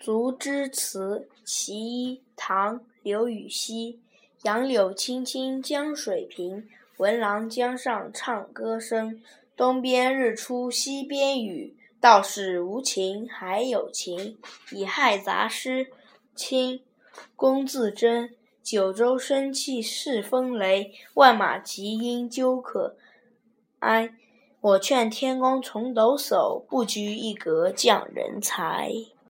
竹枝词其一，唐·刘禹锡。杨柳青青江水平，闻郎江上唱歌声。东边日出西边雨，道是无晴还有晴。乙亥杂诗，清·龚自珍。九州生气恃风雷，万马齐喑究可哀。我劝天公重抖擞，不拘一格降人才。